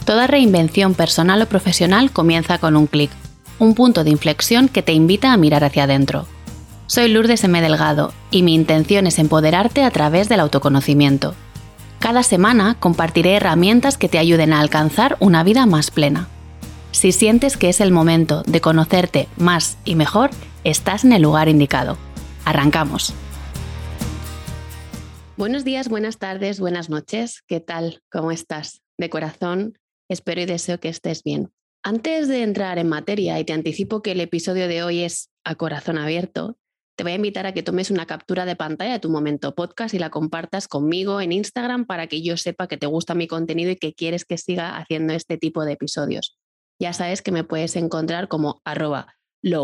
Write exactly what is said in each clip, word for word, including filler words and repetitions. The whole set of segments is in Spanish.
Toda reinvención personal o profesional comienza con un clic, un punto de inflexión que te invita a mirar hacia adentro. Soy Lourdes M. Delgado y mi intención es empoderarte a través del autoconocimiento. Cada semana compartiré herramientas que te ayuden a alcanzar una vida más plena. Si sientes que es el momento de conocerte más y mejor, estás en el lugar indicado. ¡Arrancamos! Buenos días, buenas tardes, buenas noches. ¿Qué tal? ¿Cómo estás? De corazón, espero y deseo que estés bien. Antes de entrar en materia, y te anticipo que el episodio de hoy es a corazón abierto, te voy a invitar a que tomes una captura de pantalla de tu momento podcast y la compartas conmigo en Instagram para que yo sepa que te gusta mi contenido y que quieres que siga haciendo este tipo de episodios. Ya sabes que me puedes encontrar como arroba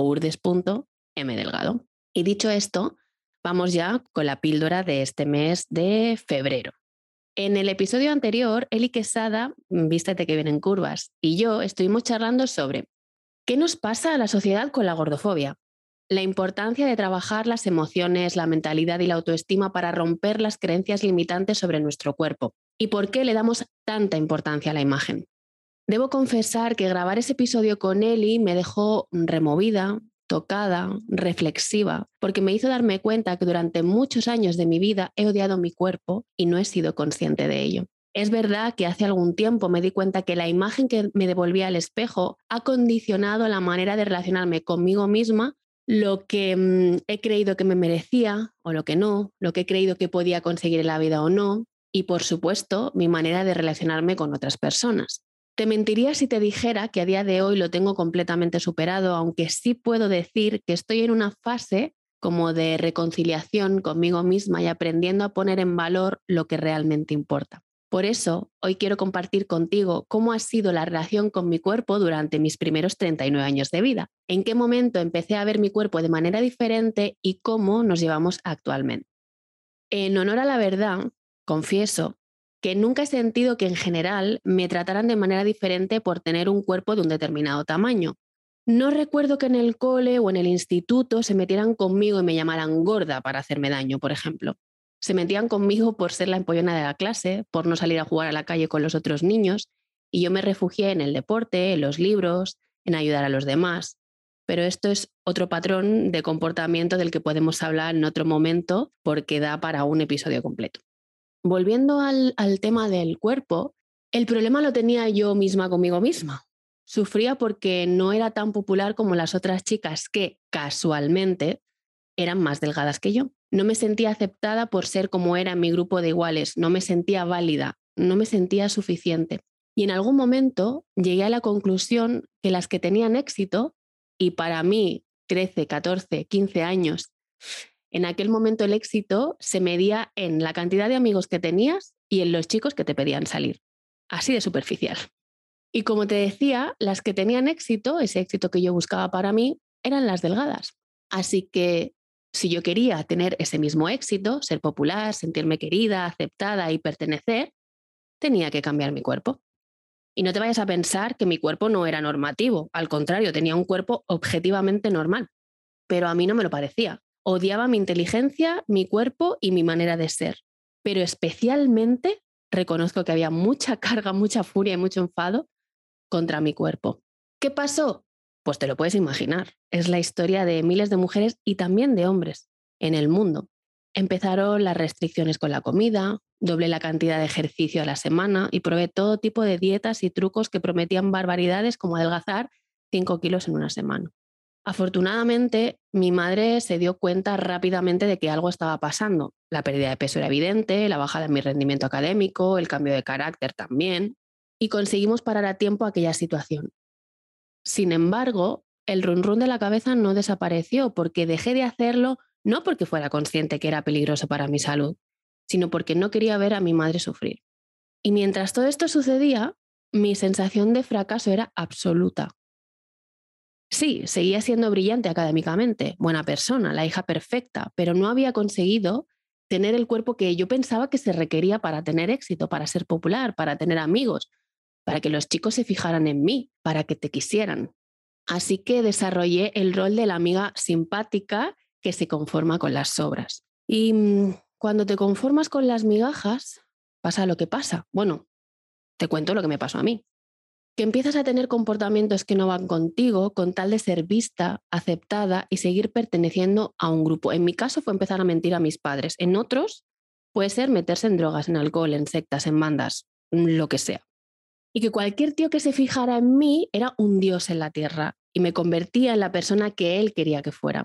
lourdes.mdelgado. Y dicho esto, vamos ya con la píldora de este mes de febrero. En el episodio anterior, Eli Quesada, vístete que vienen curvas, y yo estuvimos charlando sobre qué nos pasa a la sociedad con la gordofobia, la importancia de trabajar las emociones, la mentalidad y la autoestima para romper las creencias limitantes sobre nuestro cuerpo y por qué le damos tanta importancia a la imagen. Debo confesar que grabar ese episodio con Eli me dejó removida, tocada, reflexiva, porque me hizo darme cuenta que durante muchos años de mi vida he odiado mi cuerpo y no he sido consciente de ello. Es verdad que hace algún tiempo me di cuenta que la imagen que me devolvía al espejo ha condicionado la manera de relacionarme conmigo misma, lo que mmm, he creído que me merecía o lo que no, lo que he creído que podía conseguir en la vida o no, y por supuesto mi manera de relacionarme con otras personas. Te mentiría si te dijera que a día de hoy lo tengo completamente superado, aunque sí puedo decir que estoy en una fase como de reconciliación conmigo misma y aprendiendo a poner en valor lo que realmente importa. Por eso, hoy quiero compartir contigo cómo ha sido la relación con mi cuerpo durante mis primeros treinta y nueve años de vida, en qué momento empecé a ver mi cuerpo de manera diferente y cómo nos llevamos actualmente. En honor a la verdad, confieso que nunca he sentido que en general me trataran de manera diferente por tener un cuerpo de un determinado tamaño. No recuerdo que en el cole o en el instituto se metieran conmigo y me llamaran gorda para hacerme daño, por ejemplo. Se metían conmigo por ser la empollona de la clase, por no salir a jugar a la calle con los otros niños, y yo me refugié en el deporte, en los libros, en ayudar a los demás. Pero esto es otro patrón de comportamiento del que podemos hablar en otro momento porque da para un episodio completo. Volviendo al, al tema del cuerpo, el problema lo tenía yo misma conmigo misma. Sufría porque no era tan popular como las otras chicas que, casualmente, eran más delgadas que yo. No me sentía aceptada por ser como era en mi grupo de iguales, no me sentía válida, no me sentía suficiente. Y en algún momento llegué a la conclusión que las que tenían éxito, y para mí, trece, catorce, quince años, en aquel momento el éxito se medía en la cantidad de amigos que tenías y en los chicos que te pedían salir. Así de superficial. Y como te decía, las que tenían éxito, ese éxito que yo buscaba para mí, eran las delgadas. Así que si yo quería tener ese mismo éxito, ser popular, sentirme querida, aceptada y pertenecer, tenía que cambiar mi cuerpo. Y no te vayas a pensar que mi cuerpo no era normativo. Al contrario, tenía un cuerpo objetivamente normal. Pero a mí no me lo parecía. Odiaba mi inteligencia, mi cuerpo y mi manera de ser. Pero especialmente reconozco que había mucha carga, mucha furia y mucho enfado contra mi cuerpo. ¿Qué pasó? Pues te lo puedes imaginar. Es la historia de miles de mujeres y también de hombres en el mundo. Empezaron las restricciones con la comida, doblé la cantidad de ejercicio a la semana y probé todo tipo de dietas y trucos que prometían barbaridades como adelgazar cinco kilos en una semana. Afortunadamente, mi madre se dio cuenta rápidamente de que algo estaba pasando. La pérdida de peso era evidente, la bajada en mi rendimiento académico, el cambio de carácter también, y conseguimos parar a tiempo aquella situación. Sin embargo, el run run de la cabeza no desapareció porque dejé de hacerlo no porque fuera consciente que era peligroso para mi salud, sino porque no quería ver a mi madre sufrir. Y mientras todo esto sucedía, mi sensación de fracaso era absoluta. Sí, seguía siendo brillante académicamente, buena persona, la hija perfecta, pero no había conseguido tener el cuerpo que yo pensaba que se requería para tener éxito, para ser popular, para tener amigos, para que los chicos se fijaran en mí, para que te quisieran. Así que desarrollé el rol de la amiga simpática que se conforma con las sobras. Y mmm, cuando te conformas con las migajas, pasa lo que pasa. Bueno, te cuento lo que me pasó a mí. que empiezas a tener comportamientos que no van contigo con tal de ser vista, aceptada y seguir perteneciendo a un grupo. En mi caso fue empezar a mentir a mis padres. En otros puede ser meterse en drogas, en alcohol, en sectas, en bandas, lo que sea. Y que cualquier tío que se fijara en mí era un dios en la tierra y me convertía en la persona que él quería que fuera.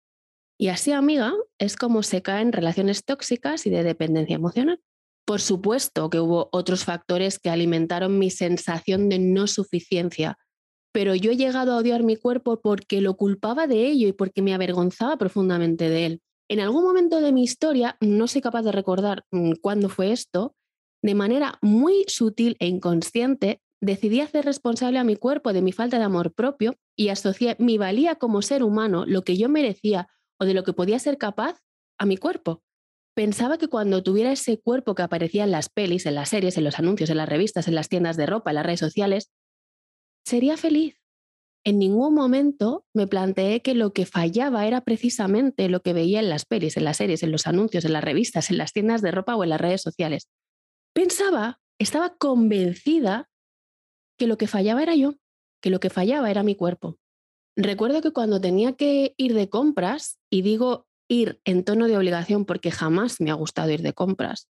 Y así, amiga, es como se caen relaciones tóxicas y de dependencia emocional. Por supuesto que hubo otros factores que alimentaron mi sensación de no suficiencia, pero yo he llegado a odiar mi cuerpo porque lo culpaba de ello y porque me avergonzaba profundamente de él. En algún momento de mi historia, no soy capaz de recordar mmm, cuándo fue esto, de manera muy sutil e inconsciente, decidí hacer responsable a mi cuerpo de mi falta de amor propio y asocié mi valía como ser humano, lo que yo merecía o de lo que podía ser capaz, a mi cuerpo. Pensaba que cuando tuviera ese cuerpo que aparecía en las pelis, en las series, en los anuncios, en las revistas, en las tiendas de ropa, en las redes sociales, sería feliz. En ningún momento me planteé que lo que fallaba era precisamente lo que veía en las pelis, en las series, en los anuncios, en las revistas, en las tiendas de ropa o en las redes sociales. Pensaba, estaba convencida que lo que fallaba era yo, que lo que fallaba era mi cuerpo. Recuerdo que cuando tenía que ir de compras, y digo ir en tono de obligación porque jamás me ha gustado ir de compras,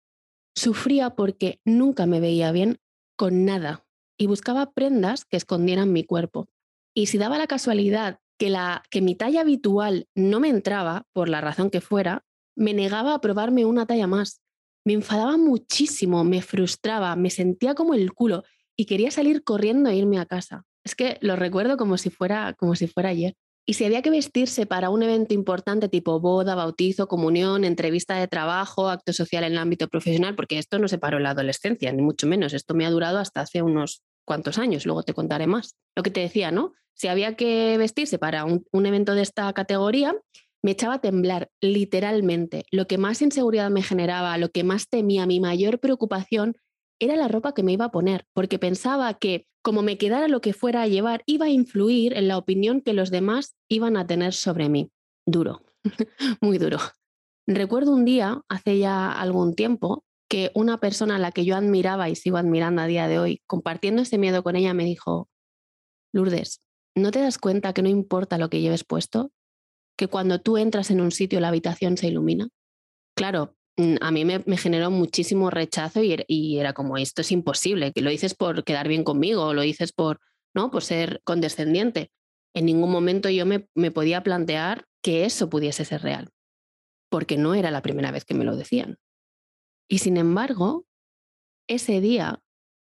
sufría porque nunca me veía bien con nada y buscaba prendas que escondieran mi cuerpo. Y si daba la casualidad que, la, que mi talla habitual no me entraba, por la razón que fuera, me negaba a probarme una talla más. Me enfadaba muchísimo, me frustraba, me sentía como el culo y quería salir corriendo e irme a casa. Es que lo recuerdo como si fuera, como si fuera ayer. Y si había que vestirse para un evento importante tipo boda, bautizo, comunión, entrevista de trabajo, acto social en el ámbito profesional, porque esto no se paró en la adolescencia, ni mucho menos. Esto me ha durado hasta hace unos cuantos años, luego te contaré más. Lo que te decía, ¿no? Si había que vestirse para un, un evento de esta categoría, me echaba a temblar, literalmente. Lo que más inseguridad me generaba, lo que más temía, mi mayor preocupación era la ropa que me iba a poner, porque pensaba que como me quedara lo que fuera a llevar, iba a influir en la opinión que los demás iban a tener sobre mí. Duro, muy duro. Recuerdo un día, hace ya algún tiempo, que una persona a la que yo admiraba y sigo admirando a día de hoy, compartiendo ese miedo con ella, me dijo: Lourdes, ¿no te das cuenta que no importa lo que lleves puesto? Que cuando tú entras en un sitio la habitación se ilumina. Claro, mm, a mí me, me generó muchísimo rechazo y, er- y era como, esto es imposible, que lo dices por quedar bien conmigo, o lo dices por, ¿no? Por ser condescendiente. En ningún momento yo me, me podía plantear que eso pudiese ser real, porque no era la primera vez que me lo decían. Y sin embargo, ese día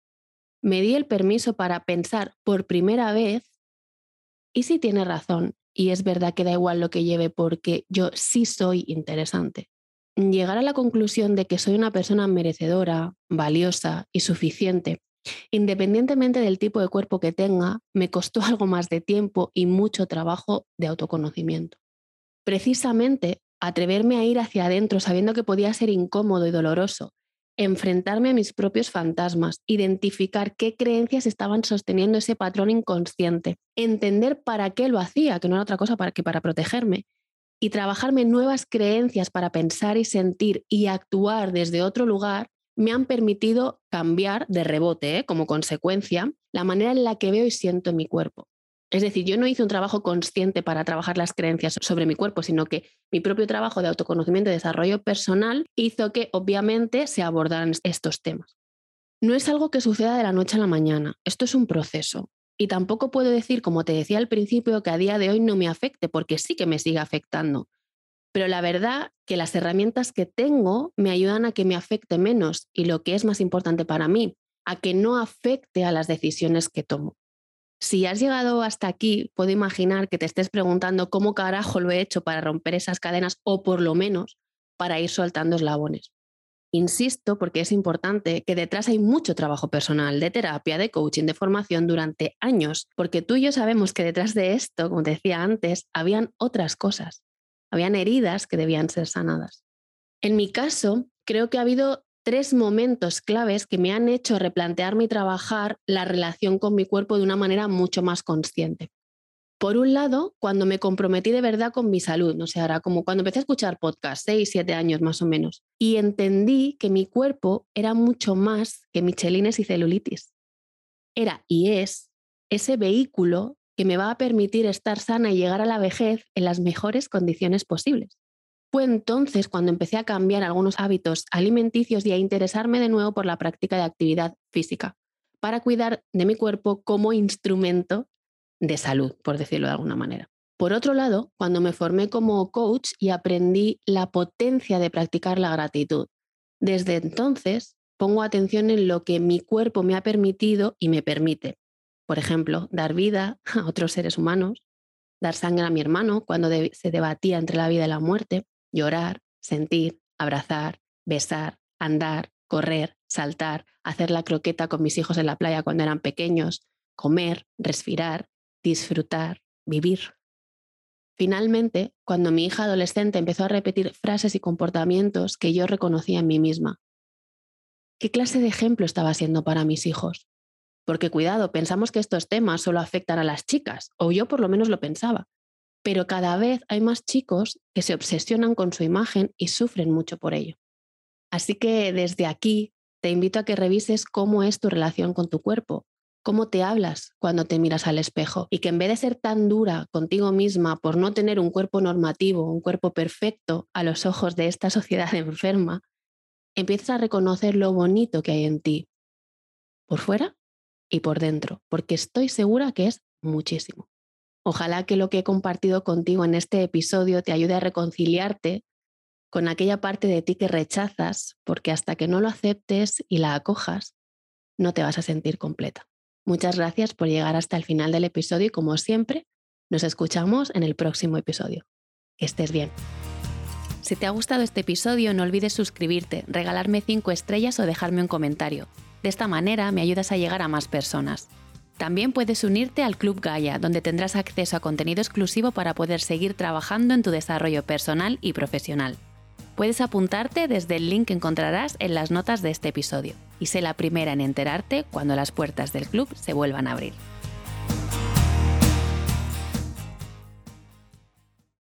me di el permiso para pensar por primera vez, ¿y si tiene razón? Y es verdad que da igual lo que lleve porque yo sí soy interesante. Llegar a la conclusión de que soy una persona merecedora, valiosa y suficiente, independientemente del tipo de cuerpo que tenga, me costó algo más de tiempo y mucho trabajo de autoconocimiento. Precisamente, atreverme a ir hacia adentro sabiendo que podía ser incómodo y doloroso, enfrentarme a mis propios fantasmas, identificar qué creencias estaban sosteniendo ese patrón inconsciente, entender para qué lo hacía, que no era otra cosa para que para protegerme, y trabajarme nuevas creencias para pensar y sentir y actuar desde otro lugar, me han permitido cambiar de rebote, ¿eh? Como consecuencia, la manera en la que veo y siento en mi cuerpo. Es decir, yo no hice un trabajo consciente para trabajar las creencias sobre mi cuerpo, sino que mi propio trabajo de autoconocimiento y desarrollo personal hizo que obviamente se abordaran estos temas. No es algo que suceda de la noche a la mañana, esto es un proceso. Y tampoco puedo decir, como te decía al principio, que a día de hoy no me afecte, porque sí que me sigue afectando. Pero la verdad que las herramientas que tengo me ayudan a que me afecte menos y lo que es más importante para mí, a que no afecte a las decisiones que tomo. Si has llegado hasta aquí, puedo imaginar que te estés preguntando cómo carajo lo he hecho para romper esas cadenas o por lo menos para ir soltando eslabones. Insisto, porque es importante, que detrás hay mucho trabajo personal, de terapia, de coaching, de formación durante años, porque tú y yo sabemos que detrás de esto, como te decía antes, habían otras cosas, habían heridas que debían ser sanadas. En mi caso, creo que ha habido tres momentos claves que me han hecho replantearme y trabajar la relación con mi cuerpo de una manera mucho más consciente. Por un lado, cuando me comprometí de verdad con mi salud, no sé, ahora como cuando empecé a escuchar podcasts, seis, siete años más o menos, y entendí que mi cuerpo era mucho más que michelines y celulitis. era y es ese vehículo que me va a permitir estar sana y llegar a la vejez en las mejores condiciones posibles. Fue entonces cuando empecé a cambiar algunos hábitos alimenticios y a interesarme de nuevo por la práctica de actividad física, para cuidar de mi cuerpo como instrumento de salud, por decirlo de alguna manera. Por otro lado, cuando me formé como coach y aprendí la potencia de practicar la gratitud, desde entonces pongo atención en lo que mi cuerpo me ha permitido y me permite. Por ejemplo, dar vida a otros seres humanos, dar sangre a mi hermano cuando de- se debatía entre la vida y la muerte, llorar, sentir, abrazar, besar, andar, correr, saltar, hacer la croqueta con mis hijos en la playa cuando eran pequeños, comer, respirar, disfrutar, vivir. Finalmente, cuando mi hija adolescente empezó a repetir frases y comportamientos que yo reconocía en mí misma, ¿qué clase de ejemplo estaba siendo para mis hijos? Porque cuidado, pensamos que estos temas solo afectan a las chicas, o yo por lo menos lo pensaba, pero cada vez hay más chicos que se obsesionan con su imagen y sufren mucho por ello. Así que desde aquí te invito a que revises cómo es tu relación con tu cuerpo, cómo te hablas cuando te miras al espejo y que en vez de ser tan dura contigo misma por no tener un cuerpo normativo, un cuerpo perfecto a los ojos de esta sociedad enferma, empieces a reconocer lo bonito que hay en ti, por fuera y por dentro, porque estoy segura que es muchísimo. Ojalá que lo que he compartido contigo en este episodio te ayude a reconciliarte con aquella parte de ti que rechazas, porque hasta que no lo aceptes y la acojas, no te vas a sentir completa. Muchas gracias por llegar hasta el final del episodio y como siempre, nos escuchamos en el próximo episodio. Que estés bien. Si te ha gustado este episodio, no olvides suscribirte, regalarme cinco estrellas o dejarme un comentario. De esta manera me ayudas a llegar a más personas. También puedes unirte al Club Gaia, donde tendrás acceso a contenido exclusivo para poder seguir trabajando en tu desarrollo personal y profesional. Puedes apuntarte desde el link que encontrarás en las notas de este episodio y sé la primera en enterarte cuando las puertas del club se vuelvan a abrir.